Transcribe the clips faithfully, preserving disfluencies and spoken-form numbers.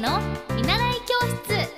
の見習い教室。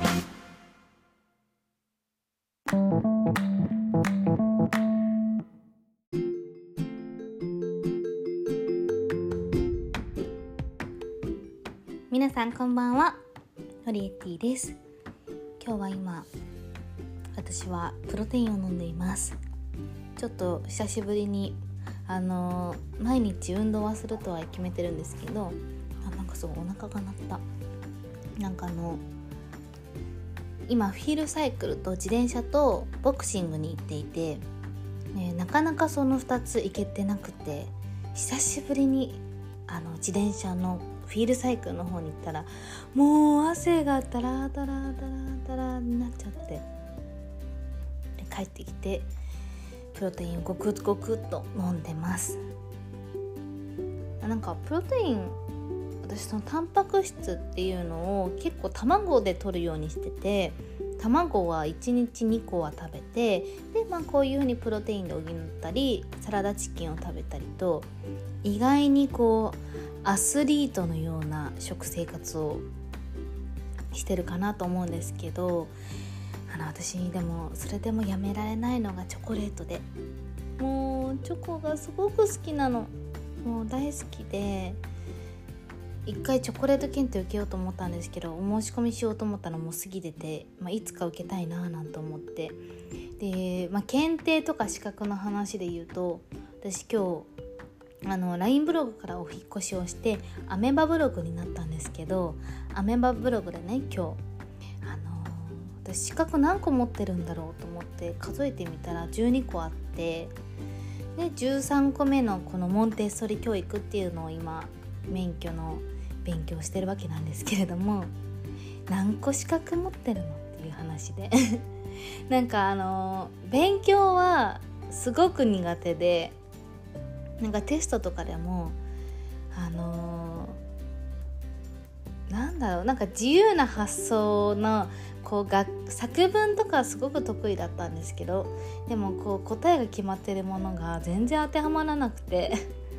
皆さんこんばんは、ホリエティです。今日は今私はプロテインを飲んでいます。ちょっと久しぶりにあの毎日運動はするとは決めてるんですけど、あなんかすごいお腹が鳴った。なんかあの今フィールサイクルと自転車とボクシングに行っていて、ね、なかなかそのふたつ行けてなくて、久しぶりにあの自転車のフィールサイクルの方に行ったら、もう汗がダラダラダラダラになっちゃって、で帰ってきてプロテインをゴクッゴクッと飲んでます。なんかプロテイン、私そのタンパク質っていうのを結構卵で摂るようにしてて、卵はいちにちにこは食べて、で、まあ、こういう風にプロテインで補ったりサラダチキンを食べたりと、意外にこうアスリートのような食生活をしてるかなと思うんですけど、あの私でもそれでもやめられないのがチョコレートで、もうチョコがすごく好きなの。もう大好きで、一回チョコレート検定受けようと思ったんですけど、お申し込みしようと思ったのもう過ぎてて、まあ、いつか受けたいななんて思って、で、まあ、検定とか資格の話で言うと、私今日あの ライン ブログからお引っ越しをしてアメバブログになったんですけど、アメバブログでね、今日あの私資格何個持ってるんだろうと思って数えてみたらじゅうにこあって、でじゅうさんこめのこのモンテッソリ教育っていうのを今免許の勉強してるわけなんですけれども、何個資格持ってるのっていう話でなんかあの勉強はすごく苦手で、なんかテストとかでもあのー、なんだろうなんか自由な発想のこうが作文とかすごく得意だったんですけど、でもこう答えが決まってるものが全然当てはまらなくて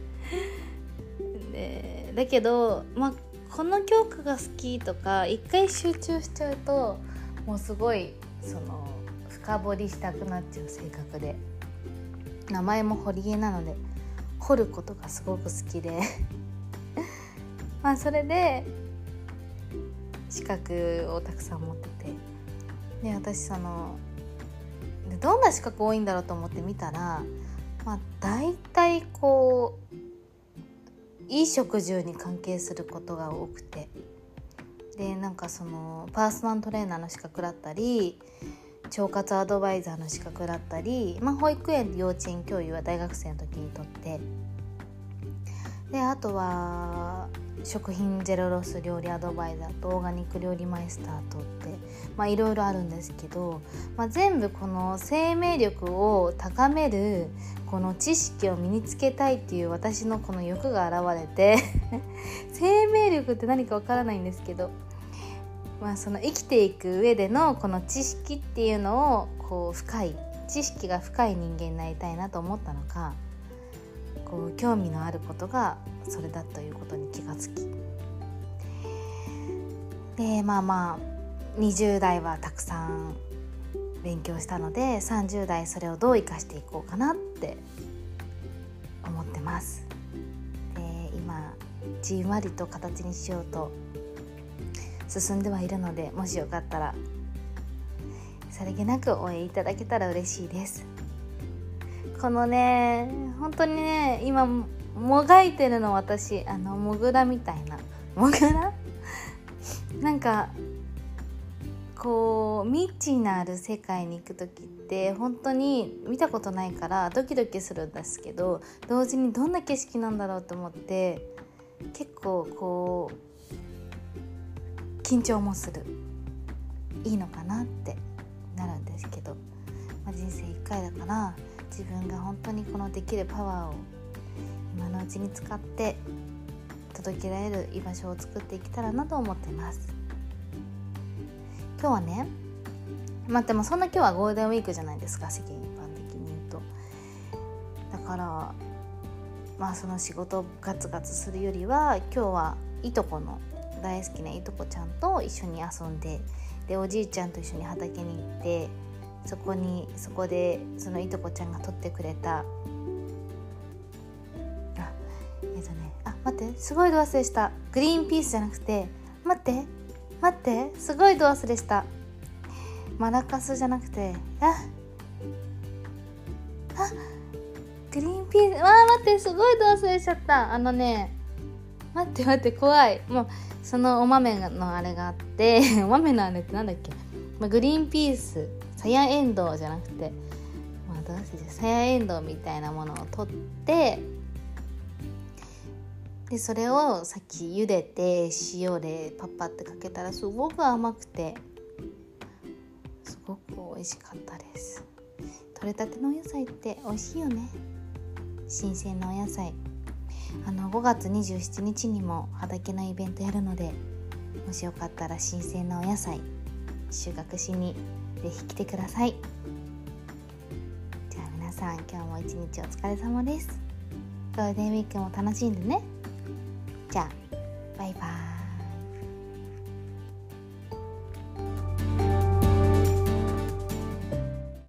でだけど、まあ、この教科が好きとか一回集中しちゃうともうすごいその深掘りしたくなっちゃう性格で、名前も堀江なので掘ることがすごく好きでまあそれで資格をたくさん持ってて、で私そのどんな資格多いんだろうと思って見たら、まあ大体こう衣食住に関係することが多くて、でなんかそのパーソナルトレーナーの資格だったり、腸活アドバイザーの資格だったり、まあ、保育園幼稚園教諭は大学生の時に取って、であとは食品ゼロロス料理アドバイザーとオーガニック料理マイスター取って、まあいろいろあるんですけど、まあ、全部この生命力を高めるこの知識を身につけたいっていう私のこの欲が現れて生命力って何かわからないんですけど、まあ、その生きていく上でのこの知識っていうのをこう深い知識が深い人間になりたいなと思ったのか、こう興味のあることがそれだということに気がつき、でまあまあにじゅう代はたくさん勉強したので、さんじゅう代それをどう生かしていこうかなって思ってます。で今じんわりと形にしようと進んではいるので、もしよかったらさりげなく応援いただけたら嬉しいです。このね本当にね今もがいてるの私、あのモグラみたいなモグラなんかこう未知なる世界に行く時って本当に見たことないからドキドキするんですけど、同時にどんな景色なんだろうと思って結構こう緊張もする、いいのかなってなるんですけど、まあ、人生いっかいだから自分が本当にこのできるパワーを今のうちに使って届けられる居場所を作っていけたらなと思ってます。今日はね、まあでもそんな今日はゴールデンウィークじゃないですか、世間一般的に言うと。だからまあその仕事ガツガツするよりは、今日はいとこの大好きないとこちゃんと一緒に遊んで、でおじいちゃんと一緒に畑に行って、そこにそこでそのいとこちゃんが取ってくれた、あえっとねあ待ってすごいど忘れした。グリーンピースじゃなくて、待って待ってすごいど忘れした。マラカスじゃなくて、ああグリーンピース、わあ待ってすごいど忘れちゃった。あのね待って待って怖い。もうそのお豆のあれがあってお豆のあれってなんだっけ、まあ、グリーンピース、サヤエンドウじゃなくて、まあ、どうしてサヤエンドウみたいなものを取って、でそれをさっき茹でて塩でパッパってかけたらすごく甘くてすごく美味しかったです。取れたてのお野菜って美味しいよね。新鮮なお野菜、あのごがつにじゅうしちにちにも畑のイベントやるので、もしよかったら新鮮なお野菜収穫しにぜひ来てください。じゃあ皆さん今日も一日お疲れ様です。ゴールデンウィークも楽しんでね。じゃあバイバーイ。